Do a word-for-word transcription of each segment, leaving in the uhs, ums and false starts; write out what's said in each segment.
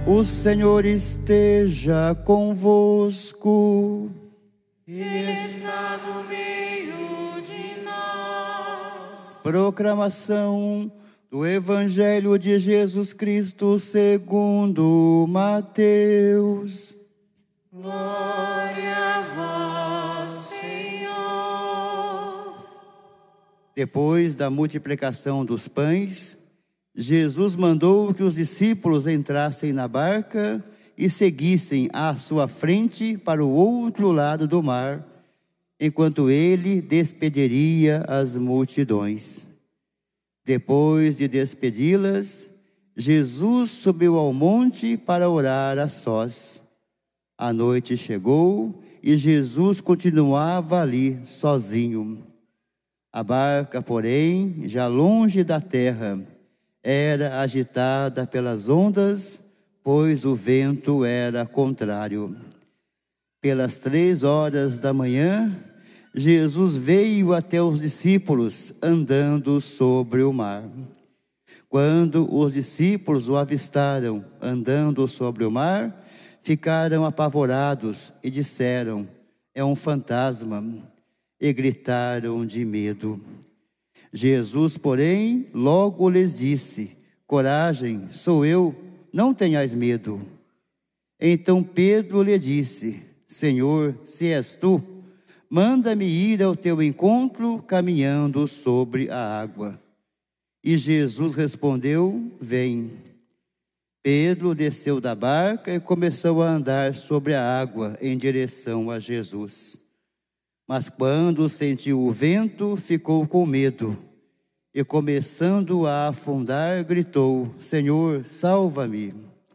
O Senhor esteja convosco. Ele está no meio de nós. Proclamação do Evangelho de Jesus Cristo segundo Mateus. Glória a vós, Senhor. Depois da multiplicação dos pães, Jesus mandou que os discípulos entrassem na barca e seguissem à sua frente para o outro lado do mar, enquanto ele despediria as multidões. Depois de despedi-las, Jesus subiu ao monte para orar a sós. A noite chegou e Jesus continuava ali sozinho. A barca, porém, já longe da terra, era agitada pelas ondas, pois o vento era contrário. Pelas três horas da manhã, Jesus veio até os discípulos andando sobre o mar. Quando os discípulos o avistaram andando sobre o mar, ficaram apavorados e disseram: é um fantasma, e gritaram de medo. Jesus, porém, logo lhes disse: coragem, sou eu, não tenhais medo. Então Pedro lhe disse: Senhor, se és tu, manda-me ir ao teu encontro caminhando sobre a água. E Jesus respondeu: vem. Pedro desceu da barca e começou a andar sobre a água em direção a Jesus. Mas quando sentiu o vento, ficou com medo. E começando a afundar, gritou: Senhor, salva-me.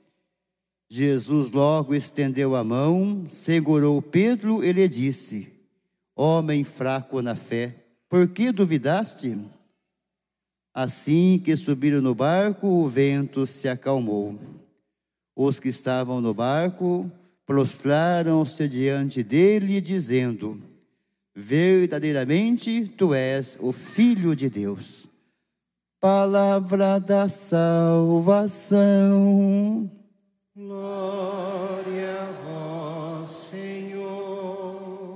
Jesus logo estendeu a mão, segurou Pedro e lhe disse: homem fraco na fé, por que duvidaste? Assim que subiram no barco, o vento se acalmou. Os que estavam no barco prostraram-se diante dele, dizendo: verdadeiramente tu és o Filho de Deus. Palavra da salvação. Glória a vós, Senhor.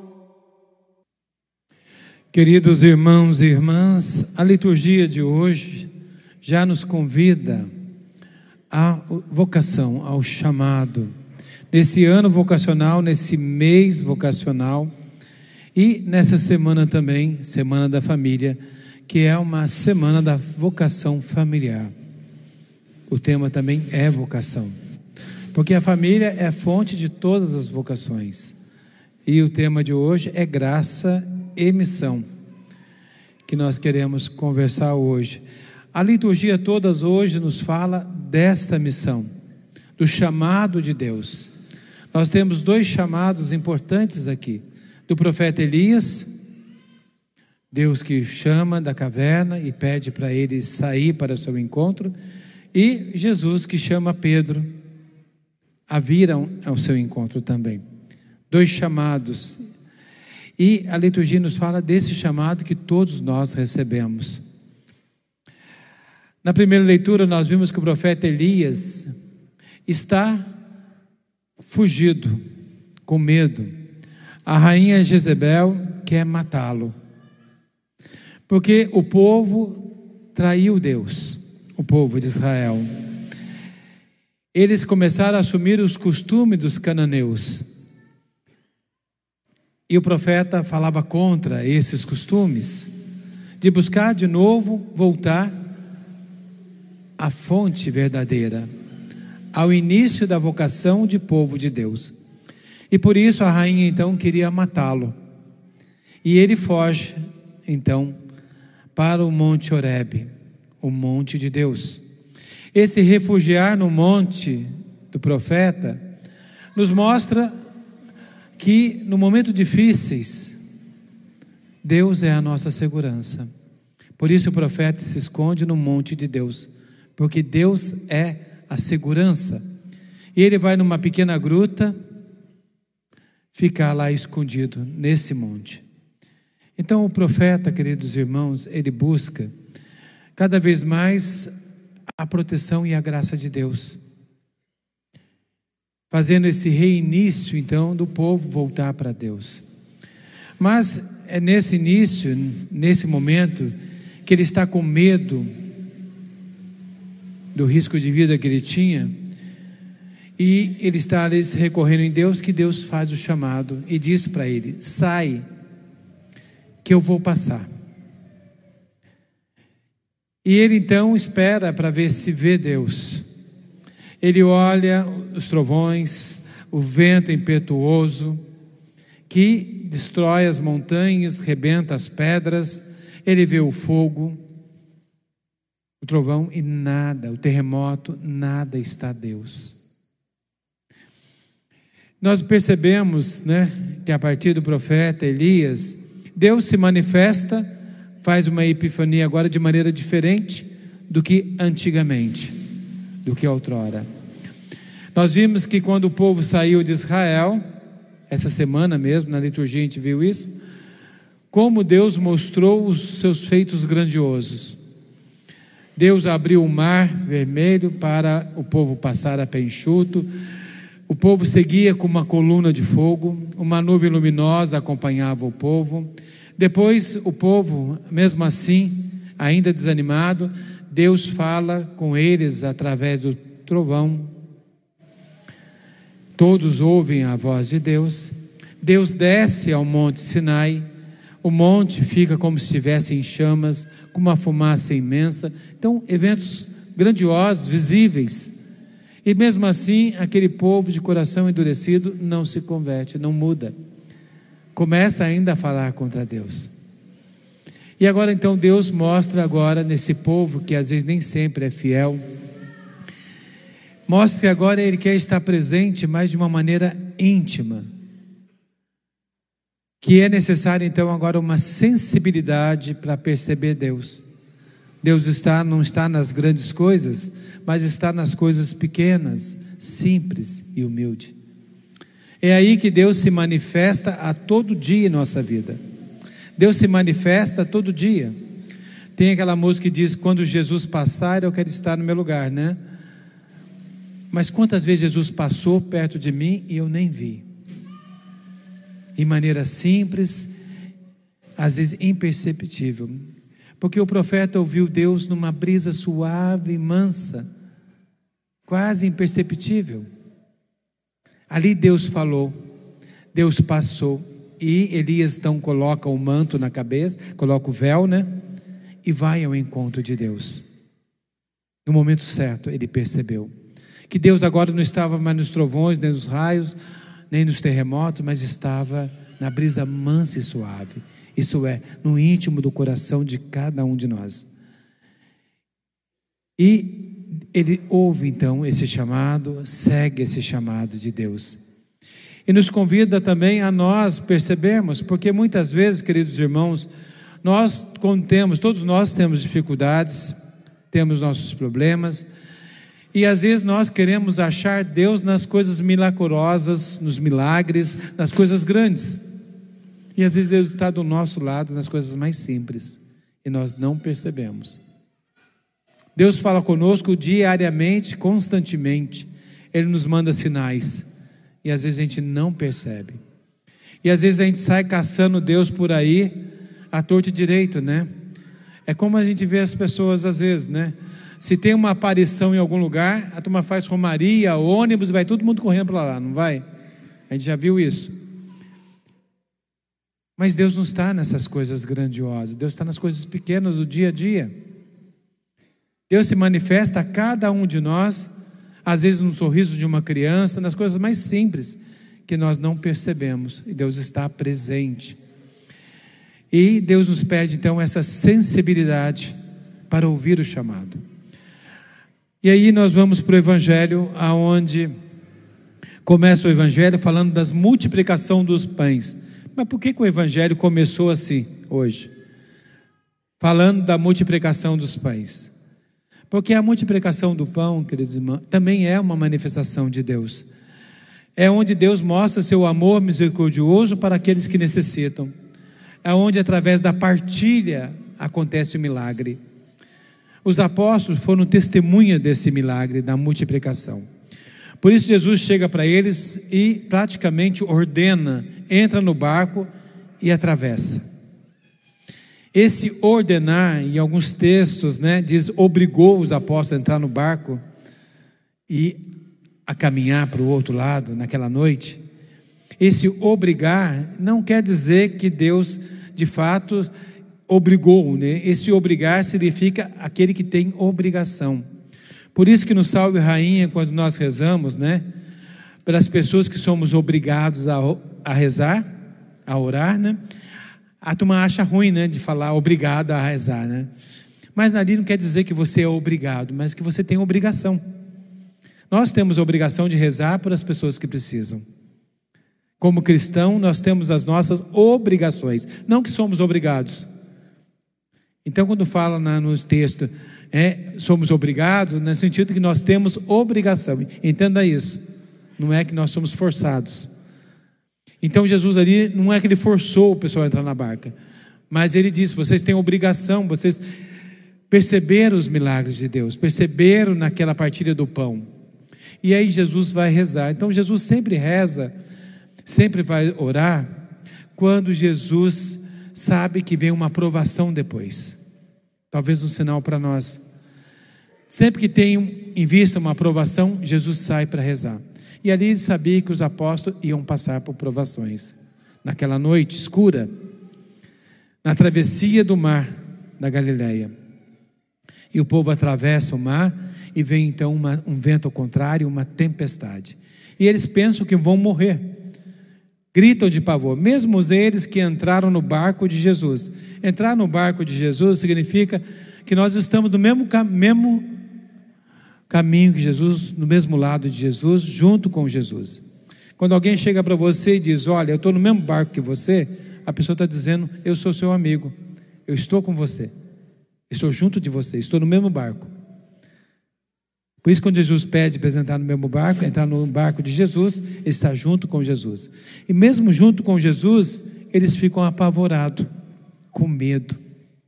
Queridos irmãos e irmãs, a liturgia de hoje já nos convida à vocação, ao chamado. Nesse ano vocacional, nesse mês vocacional e nessa semana também, Semana da Família, que é uma semana da vocação familiar. O tema também é vocação, porque a família é a fonte de todas as vocações. E o tema de hoje é graça e missão, que nós queremos conversar hoje. A liturgia todas hoje nos fala desta missão, do chamado de Deus. Nós temos dois chamados importantes aqui: do profeta Elias, Deus que chama da caverna e pede para ele sair para o seu encontro, e Jesus que chama Pedro a vir ao seu encontro também. Dois chamados. E a liturgia nos fala desse chamado que todos nós recebemos. Na primeira leitura nós vimos que o profeta Elias está fugido, com medo. A rainha Jezebel quer matá-lo, porque o povo traiu Deus, o povo de Israel. Eles começaram a assumir os costumes dos cananeus. E o profeta falava contra esses costumes, de buscar de novo voltar à fonte verdadeira, ao início da vocação de povo de Deus. E por isso a rainha então queria matá-lo. E ele foge então para o Monte Horebe, o monte de Deus. Esse refugiar no monte do profeta nos mostra que no momento difíceis Deus é a nossa segurança. Por isso o profeta se esconde no monte de Deus, porque Deus é a segurança. E ele vai numa pequena gruta ficar lá escondido nesse monte. Então o profeta, queridos irmãos, ele busca cada vez mais a proteção e a graça de Deus. fazendo esse reinício, então, do povo voltar para Deus. Mas é nesse início, nesse momento, que ele está com medo do risco de vida que ele tinha, e ele está ali recorrendo em Deus, que Deus faz o chamado e diz para ele: sai, que eu vou passar. E ele então espera para ver se vê Deus. Ele olha os trovões, o vento impetuoso que destrói as montanhas, rebenta as pedras. Ele vê o fogo, o trovão, e nada, o terremoto, nada está Deus. Nós percebemos, né, que a partir do profeta Elias, Deus se manifesta, faz uma epifania agora de maneira diferente do que antigamente, do que outrora. Nós vimos que quando o povo saiu de Israel, essa semana mesmo, na liturgia a gente viu isso, como Deus mostrou os seus feitos grandiosos. Deus abriu o mar vermelho para o povo passar a pé enxuto. O povo seguia com uma coluna de fogo, uma nuvem luminosa acompanhava o povo. Depois o povo, mesmo assim, ainda desanimado, Deus fala com eles através do trovão. Todos ouvem a voz de Deus. Deus desce ao monte Sinai. O monte fica como se estivesse em chamas, com uma fumaça imensa. Então, eventos grandiosos, visíveis. E mesmo assim, aquele povo de coração endurecido não se converte, não muda. Começa ainda a falar contra Deus. E agora então Deus mostra agora nesse povo, que às vezes nem sempre é fiel, mostra que agora Ele quer estar presente, mas de uma maneira íntima. Que é necessário então agora uma sensibilidade para perceber Deus. Deus está, não está nas grandes coisas, mas está nas coisas pequenas, simples e humilde. É aí que Deus se manifesta a todo dia em nossa vida. Deus se manifesta a todo dia. Tem aquela música que diz: quando Jesus passar, eu quero estar no meu lugar, né? Mas quantas vezes Jesus passou perto de mim e eu nem vi? Em maneira simples, às vezes imperceptível. Porque o profeta ouviu Deus numa brisa suave e mansa, quase imperceptível. Ali Deus falou, Deus passou, e Elias então coloca o manto na cabeça, coloca o véu, né? E vai ao encontro de Deus. No momento certo ele percebeu que Deus agora não estava mais nos trovões, nem nos raios, nem nos terremotos, mas estava na brisa mansa e suave. Isso é, no íntimo do coração de cada um de nós. E ele ouve então esse chamado, segue esse chamado de Deus. E nos convida também a nós percebermos, porque muitas vezes, queridos irmãos, nós quando temos, todos nós temos dificuldades, temos nossos problemas, e às vezes nós queremos achar Deus nas coisas milagrosas, nos milagres, nas coisas grandes. E às vezes Deus está do nosso lado nas coisas mais simples, e nós não percebemos. Deus fala conosco diariamente, constantemente. Ele nos manda sinais, e às vezes a gente não percebe. E às vezes a gente sai caçando Deus por aí, à torta e direito, né? É como a gente vê as pessoas às vezes, né? Se tem uma aparição em algum lugar, a turma faz romaria, ônibus, vai todo mundo correndo para lá, não vai? A gente já viu isso. Mas Deus não está nessas coisas grandiosas, Deus está nas coisas pequenas do dia a dia. Deus se manifesta a cada um de nós, às vezes no sorriso de uma criança, nas coisas mais simples, que nós não percebemos, e Deus está presente. E Deus nos pede então essa sensibilidade para ouvir o chamado. E aí nós vamos para o Evangelho, aonde começa o Evangelho falando das multiplicação dos pães. Mas por que que o Evangelho começou assim hoje? Falando da multiplicação dos pães. Porque a multiplicação do pão, queridos irmãos, também é uma manifestação de Deus. É onde Deus mostra seu amor misericordioso para aqueles que necessitam. É onde através da partilha acontece o milagre. Os apóstolos foram testemunha desse milagre, da multiplicação. Por isso Jesus chega para eles e praticamente ordena, entra no barco e atravessa. Esse ordenar, em alguns textos, né, diz, obrigou os apóstolos a entrar no barco e a caminhar para o outro lado naquela noite. Esse obrigar não quer dizer que Deus de fato obrigou, né? Esse obrigar significa aquele que tem obrigação. Por isso que no Salve Rainha, quando nós rezamos, né, pelas pessoas que somos obrigados a, a rezar, a orar, né, a turma acha ruim, né, de falar obrigado a rezar, né? Mas ali não quer dizer que você é obrigado, mas que você tem obrigação. Nós temos a obrigação de rezar por as pessoas que precisam. Como cristão, nós temos as nossas obrigações, não que somos obrigados. Então, quando fala na, no texto, é, somos obrigados, no sentido que nós temos obrigação. Entenda isso. Não é que nós somos forçados. Então, Jesus ali, não é que ele forçou o pessoal a entrar na barca, mas ele disse, vocês têm obrigação, vocês perceberam os milagres de Deus, perceberam naquela partilha do pão. E aí Jesus vai rezar. Então, Jesus sempre reza, sempre vai orar, quando Jesus sabe que vem uma aprovação depois. Talvez um sinal para nós. Sempre que tem em vista uma aprovação, Jesus sai para rezar. E ali ele sabia que os apóstolos iam passar por provações. Naquela noite escura, na travessia do mar da Galileia. E o povo atravessa o mar e vem então uma, um vento ao contrário, uma tempestade. E eles pensam que vão morrer. Gritam de pavor, mesmo eles que entraram no barco de Jesus. Entrar no barco de Jesus significa que nós estamos no mesmo, mesmo caminho que Jesus, no mesmo lado de Jesus, junto com Jesus. Quando alguém chega para você e diz, olha, eu estou no mesmo barco que você, a pessoa está dizendo, eu sou seu amigo, eu estou com você, estou junto de você, estou no mesmo barco. Por isso, quando Jesus pede para entrar no mesmo barco, entrar no barco de Jesus, ele está junto com Jesus. E mesmo junto com Jesus, eles ficam apavorados, com medo,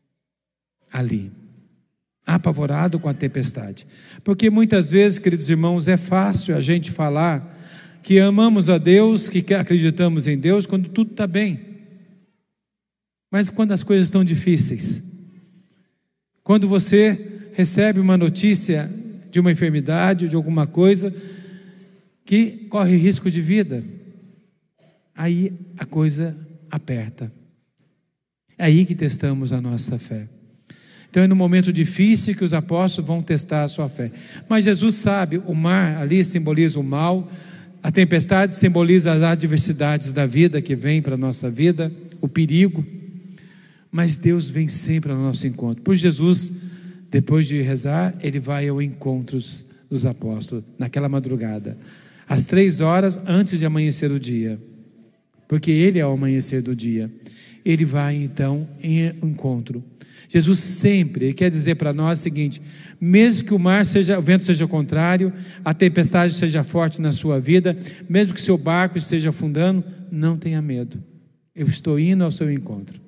ali. Apavorado com a tempestade. Porque muitas vezes, queridos irmãos, é fácil a gente falar que amamos a Deus, que acreditamos em Deus, quando tudo está bem. Mas quando as coisas estão difíceis, quando você recebe uma notícia de uma enfermidade, de alguma coisa que corre risco de vida, aí a coisa aperta. É aí que testamos a nossa fé. Então é no momento difícil que os apóstolos vão testar a sua fé. Mas Jesus sabe, o mar ali simboliza o mal, a tempestade simboliza as adversidades da vida que vem para a nossa vida, o perigo. Mas Deus vem sempre ao nosso encontro. Por Jesus, depois de rezar, ele vai ao encontro dos apóstolos, naquela madrugada, às três horas antes de amanhecer o dia, porque ele é o amanhecer do dia. Ele vai então em encontro. Jesus sempre, ele quer dizer para nós o seguinte, mesmo que o mar seja, o vento seja contrário, a tempestade seja forte na sua vida, mesmo que seu barco esteja afundando, não tenha medo, eu estou indo ao seu encontro.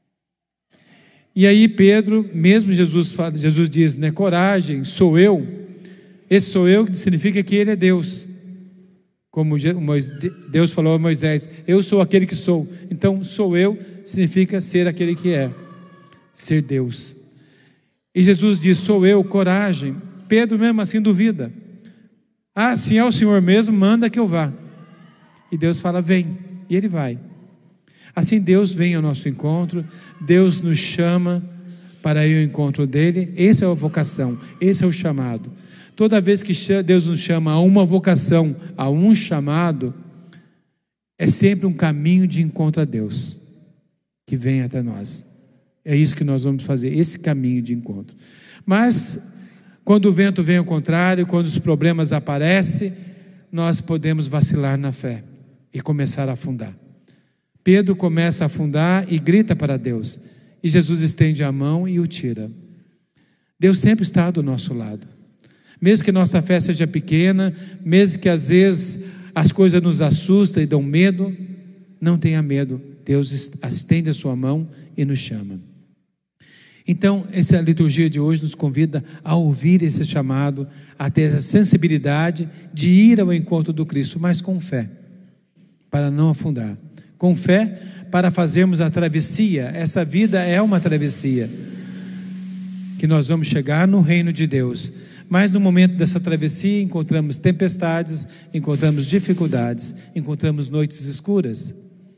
E aí Pedro, mesmo Jesus, fala, Jesus diz, né, coragem, sou eu, esse sou eu, que significa que ele é Deus, como Deus falou a Moisés, eu sou aquele que sou, então sou eu, significa ser aquele que é, ser Deus. E Jesus diz, sou eu, coragem. Pedro mesmo assim duvida, ah, se é o Senhor mesmo, manda que eu vá. E Deus fala, vem, e ele vai. Assim Deus vem ao nosso encontro, Deus nos chama para ir ao encontro dele. Essa é a vocação, esse é o chamado. Toda vez que Deus nos chama a uma vocação, a um chamado, é sempre um caminho de encontro a Deus, que vem até nós. É isso que nós vamos fazer, esse caminho de encontro. Mas, quando o vento vem ao contrário, quando os problemas aparecem, nós podemos vacilar na fé e começar a afundar. Pedro começa a afundar e grita para Deus, e Jesus estende a mão e o tira. Deus sempre está do nosso lado, mesmo que nossa fé seja pequena, mesmo que às vezes as coisas nos assustam e dão medo, não tenha medo, Deus estende a sua mão e nos chama. Então, essa liturgia de hoje nos convida a ouvir esse chamado, a ter essa sensibilidade de ir ao encontro do Cristo, mas com fé, para não afundar. Com fé, para fazermos a travessia. Essa vida é uma travessia, que nós vamos chegar no reino de Deus. Mas no momento dessa travessia encontramos tempestades, encontramos dificuldades, encontramos noites escuras.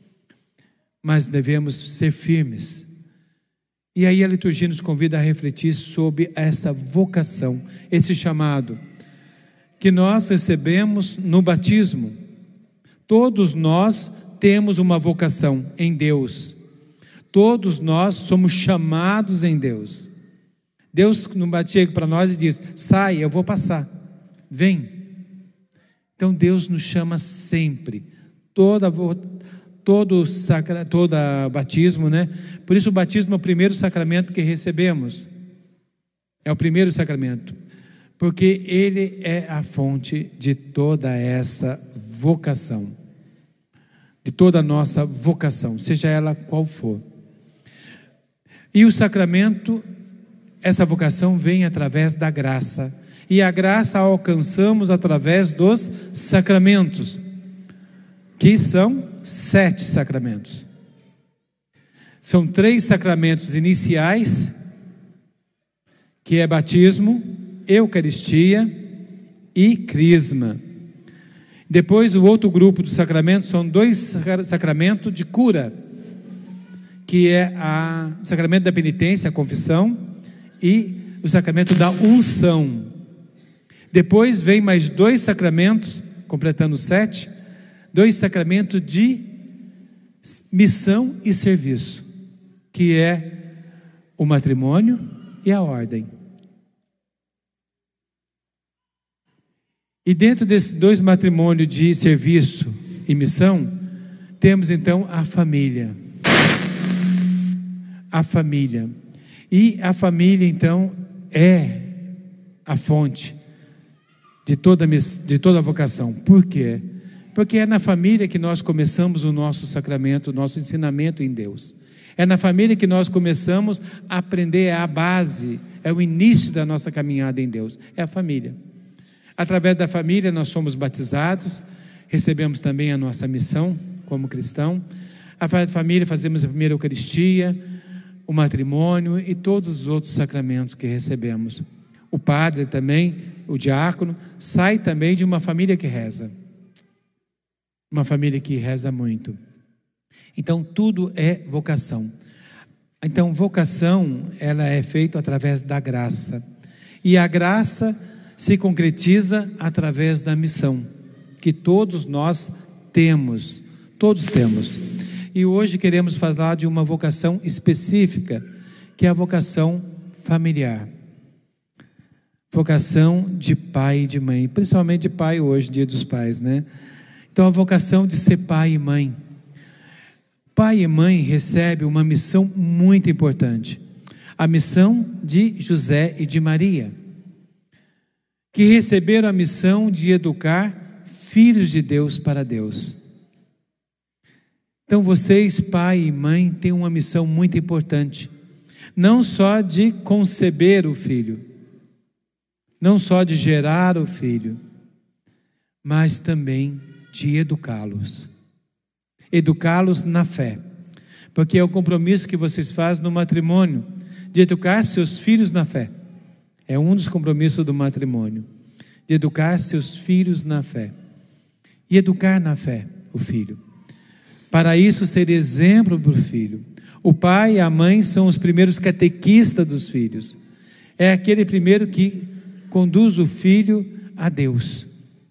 Mas devemos ser firmes. E aí a liturgia nos convida a refletir sobre essa vocação, esse chamado que nós recebemos no batismo. Todos nós temos uma vocação em Deus. Todos nós somos chamados em Deus. Deus não batia para nós e diz: sai, eu vou passar, vem. Então Deus nos chama sempre. Toda todo sacra, toda batismo, né? Por isso o batismo é o primeiro sacramento que recebemos. É o primeiro sacramento, porque ele é a fonte de toda essa vocação, de toda a nossa vocação, seja ela qual for. E o sacramento, essa vocação vem através da graça, e a graça a alcançamos através dos sacramentos, que são sete sacramentos. São três sacramentos iniciais, que é batismo, eucaristia e crisma. Depois o outro grupo dos sacramentos são dois sacramentos de cura, que é a, o sacramento da penitência, a confissão, e o sacramento da unção. Depois vem mais dois sacramentos, completando sete, dois sacramentos de missão e serviço, que é o matrimônio e a ordem. E dentro desses dois matrimônios de serviço e missão, temos então a família. A família. E a família então é a fonte de toda, de toda a vocação. Por quê? Porque é na família que nós começamos o nosso sacramento, o nosso ensinamento em Deus. É na família que nós começamos a aprender a base, é o início da nossa caminhada em Deus, é a família. Através da família nós somos batizados, recebemos também a nossa missão como cristão. A família fazemos a primeira Eucaristia, o matrimônio e todos os outros sacramentos que recebemos. O padre também, o diácono, sai também de uma família que reza. Uma família que reza muito. Então tudo é vocação. Então vocação, ela é feita através da graça. E a graça se concretiza através da missão, que todos nós temos. Todos temos. E hoje queremos falar de uma vocação específica, que é a vocação familiar. Vocação de pai e de mãe, principalmente de pai hoje, dia dos pais, né? Então a vocação de ser pai e mãe. Pai e mãe recebem uma missão muito importante. A missão de José e de Maria, que receberam a missão de educar filhos de Deus para Deus. Então vocês, pai e mãe, têm uma missão muito importante, não só de conceber o filho, não só de gerar o filho, mas também de educá-los, educá-los na fé, porque é o compromisso que vocês fazem no matrimônio, de educar seus filhos na fé. É um dos compromissos do matrimônio, de educar seus filhos na fé, e educar na fé o filho. Para isso ser exemplo para o filho. O pai e a mãe são os primeiros catequistas dos filhos. É aquele primeiro que conduz o filho a Deus.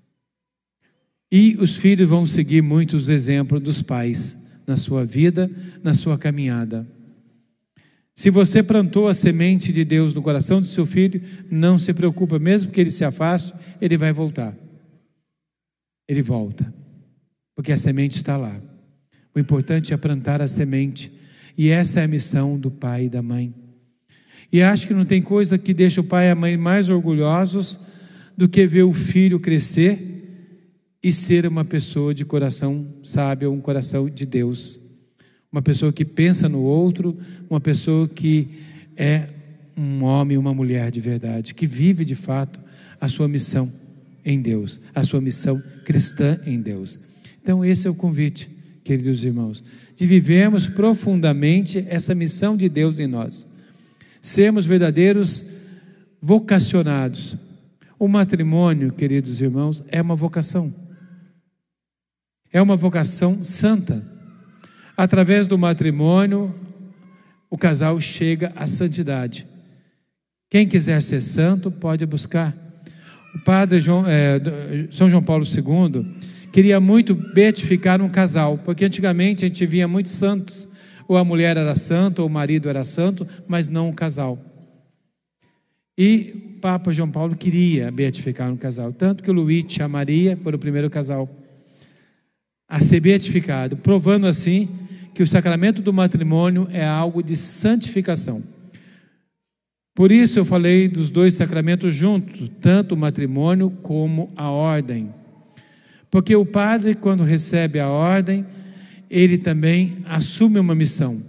E os filhos vão seguir muitos exemplos dos pais na sua vida, na sua caminhada. Se você plantou a semente de Deus no coração do seu filho, não se preocupa, mesmo que ele se afaste, ele vai voltar. Ele volta, porque a semente está lá. O importante é plantar a semente, e essa é a missão do pai e da mãe. E acho que não tem coisa que deixa o pai e a mãe mais orgulhosos do que ver o filho crescer e ser uma pessoa de coração sábio, um coração de Deus, uma pessoa que pensa no outro, uma pessoa que é um homem e uma mulher de verdade, que vive de fato a sua missão em Deus, a sua missão cristã em Deus. Então esse é o convite, queridos irmãos, de vivermos profundamente essa missão de Deus em nós, sermos verdadeiros vocacionados. O matrimônio, queridos irmãos, é uma vocação, é uma vocação santa. Através do matrimônio, o casal chega à santidade. Quem quiser ser santo pode buscar. O padre João, é, São João Paulo segundo queria muito beatificar um casal, porque antigamente a gente via muitos santos, ou a mulher era santa, ou o marido era santo, mas não o casal. E o Papa João Paulo queria beatificar um casal, tanto que o Luigi e a Maria foram o primeiro casal a ser beatificado, provando assim que o sacramento do matrimônio é algo de santificação. Por isso eu falei dos dois sacramentos juntos, tanto o matrimônio como a ordem. Porque o padre, quando recebe a ordem, ele também assume uma missão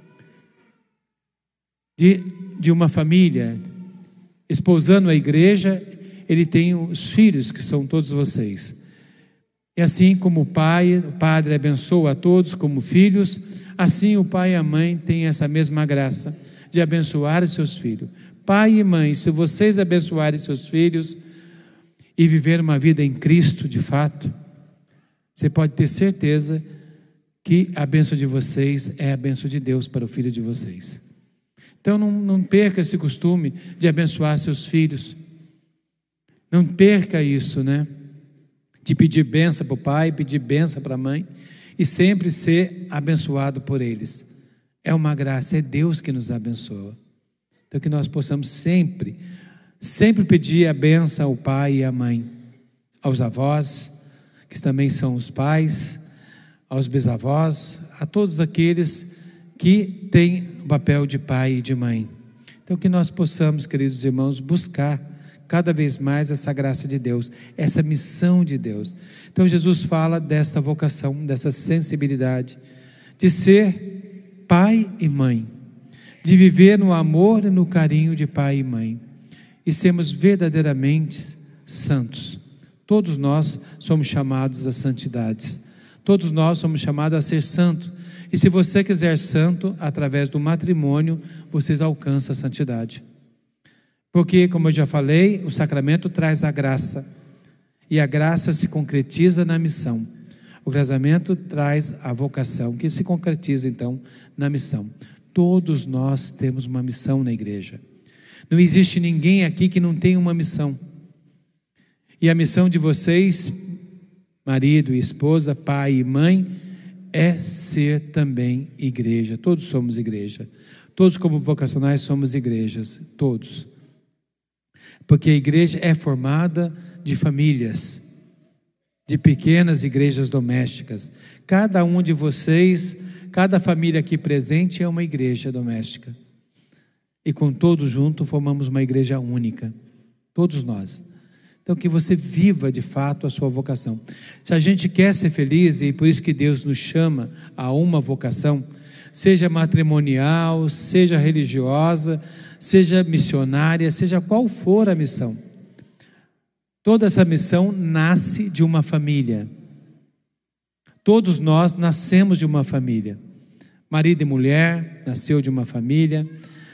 de, de uma família. Esposando a igreja, ele tem os filhos, que são todos vocês. E assim como o pai, o padre abençoa a todos como filhos, assim o pai e a mãe têm essa mesma graça de abençoar os seus filhos. Pai e mãe, se vocês abençoarem seus filhos e viver uma vida em Cristo de fato, você pode ter certeza que a bênção de vocês é a bênção de Deus para o filho de vocês. Então não, não perca esse costume de abençoar seus filhos, não perca isso, né? De pedir bênção para o pai, pedir bênção para a mãe e sempre ser abençoado por eles. É uma graça, é Deus que nos abençoa. Então que nós possamos sempre, sempre pedir a bênção ao pai e à mãe, aos avós, que também são os pais, aos bisavós, a todos aqueles que têm o papel de pai e de mãe. Então que nós possamos, queridos irmãos, buscar cada vez mais essa graça de Deus, essa missão de Deus. Então Jesus fala dessa vocação, dessa sensibilidade, de ser pai e mãe, de viver no amor e no carinho de pai e mãe, e sermos verdadeiramente santos. Todos nós somos chamados a santidades, todos nós somos chamados a ser santo, e se você quiser santo, através do matrimônio, vocês alcançam a santidade. Porque, como eu já falei, o sacramento traz a graça, e a graça se concretiza na missão. O casamento traz a vocação, que se concretiza então na missão. Todos nós temos uma missão na igreja. Não existe ninguém aqui que não tenha uma missão. E a missão de vocês, marido e esposa, pai e mãe, é ser também igreja. Todos somos igreja. Todos como vocacionais somos igrejas, todos. Porque a igreja é formada de famílias, de pequenas igrejas domésticas. Cada um de vocês, cada família aqui presente é uma igreja doméstica. E com todos juntos formamos uma igreja única, todos nós. Então que você viva de fato a sua vocação. Se a gente quer ser feliz, e por isso que Deus nos chama a uma vocação, seja matrimonial, seja religiosa, seja missionária, seja qual for a missão, toda essa missão nasce de uma família. Todos nós nascemos de uma família. Marido e mulher nasceu de uma família.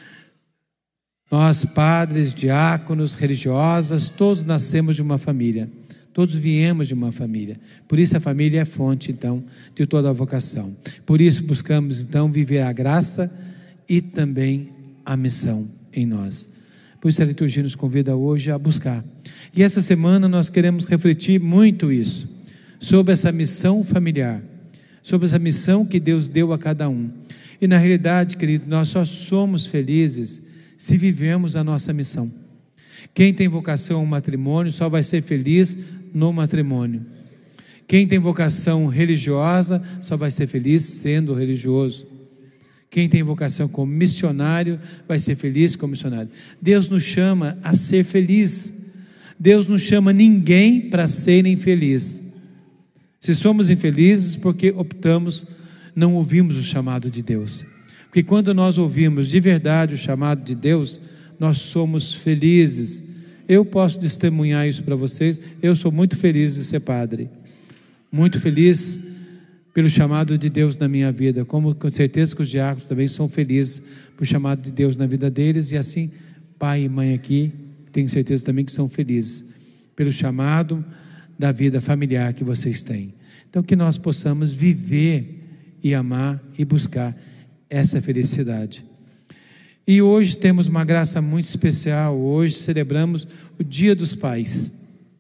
Nós, padres, diáconos, religiosas, todos nascemos de uma família. Todos viemos de uma família. Por isso a família é fonte, então, de toda a vocação. Por isso buscamos, então, viver a graça e também a missão em nós. Por isso a liturgia nos convida hoje a buscar. E essa semana nós queremos refletir muito isso, sobre essa missão familiar, sobre essa missão que Deus deu a cada um. E na realidade, querido, nós só somos felizes se vivemos a nossa missão. Quem tem vocação ao matrimônio só vai ser feliz no matrimônio. Quem tem vocação religiosa só vai ser feliz sendo religioso. Quem tem vocação como missionário vai ser feliz como missionário. Deus nos chama a ser feliz. Deus não chama ninguém para ser infeliz. Se somos infelizes, porque optamos, não ouvimos o chamado de Deus. Porque quando nós ouvimos de verdade o chamado de Deus, nós somos felizes. Eu posso testemunhar isso para vocês. Eu sou muito feliz de ser padre, muito feliz pelo chamado de Deus na minha vida, como com certeza que os diáconos também são felizes pelo chamado de Deus na vida deles, e assim pai e mãe aqui, tenho certeza também que são felizes pelo chamado da vida familiar que vocês têm. Então que nós possamos viver e amar e buscar essa felicidade. E hoje temos uma graça muito especial. Hoje celebramos o Dia dos Pais,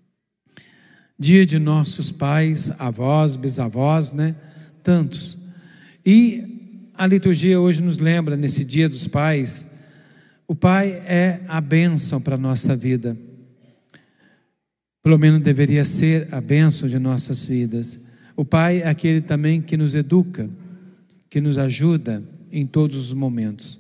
dia de nossos pais, avós, bisavós, né? Tantos. E a liturgia hoje nos lembra, nesse Dia dos Pais, o pai é a bênção para a nossa vida. Pelo menos deveria ser a bênção de nossas vidas. O pai é aquele também que nos educa, que nos ajuda em todos os momentos.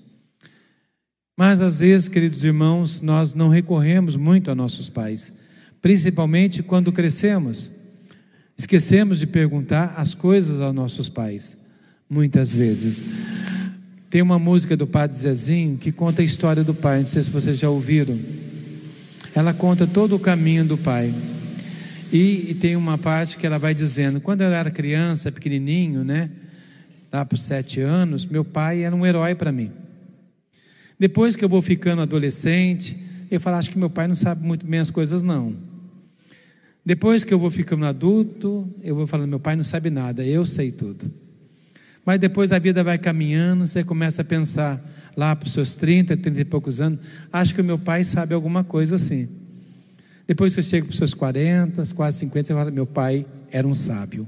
Mas às vezes, queridos irmãos, nós não recorremos muito a nossos pais, principalmente quando crescemos. Esquecemos de perguntar as coisas aos nossos pais, muitas vezes. Tem uma música do Padre Zezinho que conta a história do pai, não sei se vocês já ouviram. Ela conta todo o caminho do pai. E, e tem uma parte que ela vai dizendo: quando eu era criança, pequenininho, né, lá por sete anos, meu pai era um herói para mim. Depois que eu vou ficando adolescente, eu falo, acho que meu pai não sabe muito bem as coisas não. Depois que eu vou ficando adulto, eu vou falando, meu pai não sabe nada, eu sei tudo. Mas depois a vida vai caminhando, você começa a pensar, lá para os seus trinta, trinta e poucos anos, acho que o meu pai sabe alguma coisa assim. Depois você chega para os seus quarenta, quase cinquenta, você fala, meu pai era um sábio.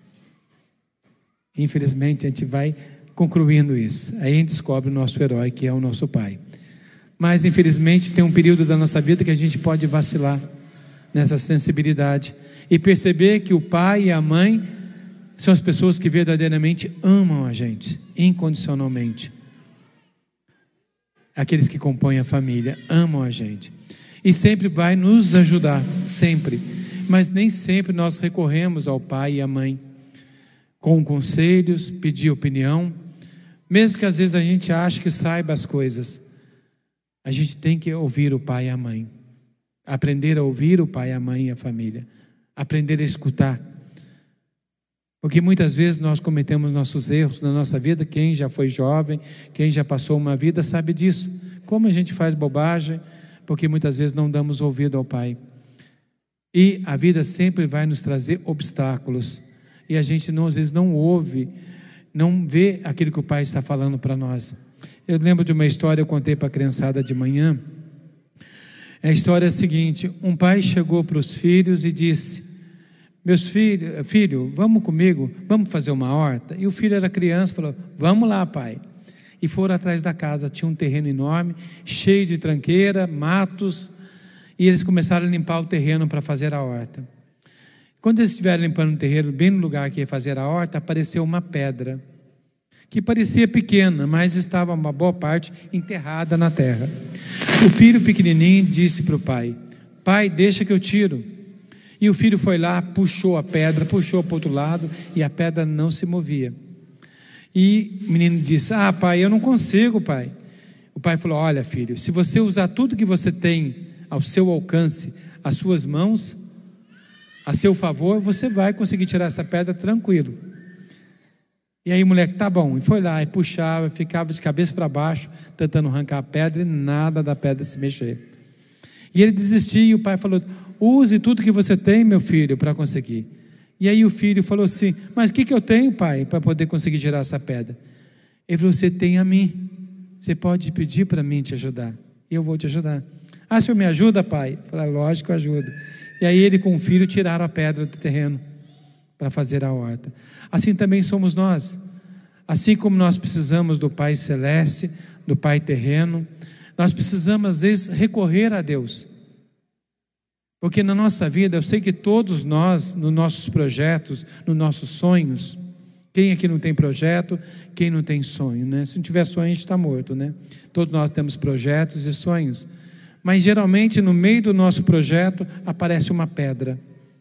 Infelizmente a gente vai concluindo isso, aí a gente descobre o nosso herói, que é o nosso pai. Mas infelizmente tem um período da nossa vida que a gente pode vacilar nessa sensibilidade e perceber que o pai e a mãe são as pessoas que verdadeiramente amam a gente, incondicionalmente. Aqueles que compõem a família amam a gente e sempre vai nos ajudar, sempre. Mas nem sempre nós recorremos ao pai e à mãe com conselhos, pedir opinião, mesmo que às vezes a gente ache que saiba as coisas. A gente tem que ouvir o pai e a mãe, aprender a ouvir o pai, a mãe e a família, aprender a escutar, porque muitas vezes nós cometemos nossos erros na nossa vida. Quem já foi jovem, quem já passou uma vida sabe disso, como a gente faz bobagem, porque muitas vezes não damos ouvido ao pai, e a vida sempre vai nos trazer obstáculos, e a gente não, às vezes não ouve, não vê aquilo que o pai está falando para nós. Eu lembro de uma história, eu contei para a criançada de manhã. A história é a seguinte: um pai chegou para os filhos e disse, meus filhos, filho, vamos comigo, vamos fazer uma horta? E o filho era criança, falou, vamos lá, pai. E foram atrás da casa, tinha um terreno enorme, cheio de tranqueira, matos, e eles começaram a limpar o terreno para fazer a horta. Quando eles estiveram limpando o terreno, bem no lugar que ia fazer a horta, apareceu uma pedra, que parecia pequena, mas estava uma boa parte enterrada na terra. O filho pequenininho disse para o pai, pai, deixa que eu tiro. E o filho foi lá, puxou a pedra, puxou para o outro lado, e a pedra não se movia. E o menino disse, ah pai, eu não consigo, pai. O pai falou, olha filho, se você usar tudo que você tem ao seu alcance, as suas mãos, a seu favor, você vai conseguir tirar essa pedra tranquilo. E aí o moleque, tá bom, e foi lá, e puxava, ficava de cabeça para baixo, tentando arrancar a pedra, e nada da pedra se mexer. E ele desistiu, e o pai falou, use tudo que você tem, meu filho, para conseguir. E aí o filho falou assim, mas o que, que eu tenho, pai, para poder conseguir tirar essa pedra? Ele falou, você tem a mim, você pode pedir para mim te ajudar, e eu vou te ajudar. Ah, o senhor me ajuda, pai? Eu falei, lógico, eu ajudo. E aí ele com o filho tiraram a pedra do terreno, para fazer a horta. Assim também somos nós. Assim como nós precisamos do Pai Celeste, do Pai terreno, nós precisamos às vezes recorrer a Deus, porque na nossa vida, eu sei que todos nós, nos nossos projetos, nos nossos sonhos, quem aqui não tem projeto, quem não tem sonho, né? Se não tiver sonho, a gente está morto, né? Todos nós temos projetos e sonhos, mas geralmente no meio do nosso projeto aparece uma pedra.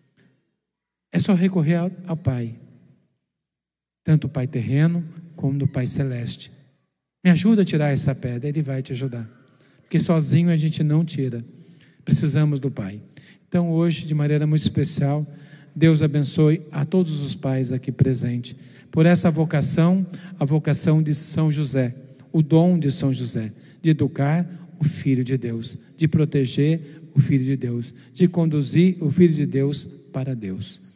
É só recorrer ao, ao Pai, tanto o Pai terreno como do Pai celeste. Me ajuda a tirar essa pedra. Ele vai te ajudar, porque sozinho a gente não tira. Precisamos do Pai. Então hoje, de maneira muito especial, Deus abençoe a todos os pais aqui presentes, por essa vocação, a vocação de São José, o dom de São José, de educar o Filho de Deus, de proteger o Filho de Deus, de conduzir o Filho de Deus para Deus.